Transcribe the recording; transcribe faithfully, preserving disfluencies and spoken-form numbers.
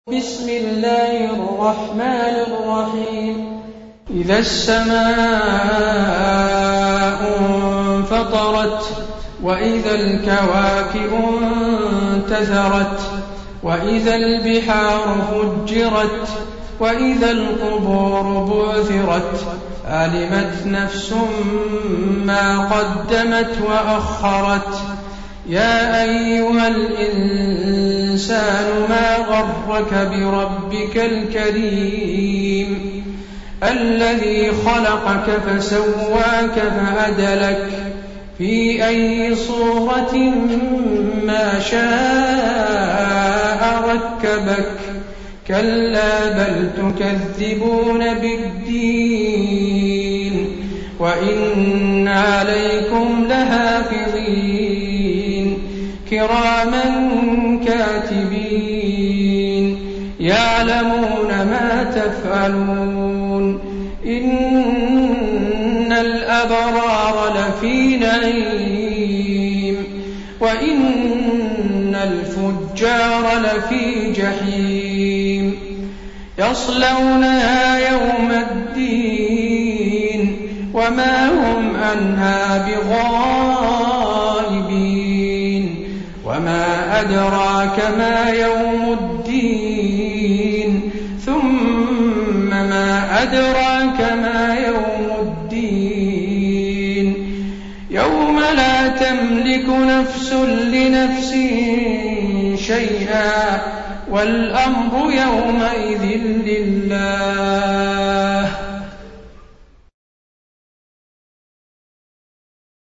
بسم الله الرحمن الرحيم إذا السماء انفطرت وإذا الكواكب انتثرت وإذا البحار فجرت وإذا القبور بعثرت علمت نفس ما قدمت وأخرت يا أيها الإنسان ما غرك بربك الكريم الذي خلقك فسواك فعدلك في أي صورة ما شاء ركبك كلا بل تكذبون بالدين وإن عليكم لحافظين كراما كاتبين يعلمون ما تفعلون إن الأبرار لفي نعيم وإن الفجار لفي جحيم يصلونها يوم الدين وما هم عنها بغائبين وما أدراك ما يوم الدين ثم ما أدراك ما يوم الدين يوم لا تملك نفس لنفس شيئا والأمر يومئذ لله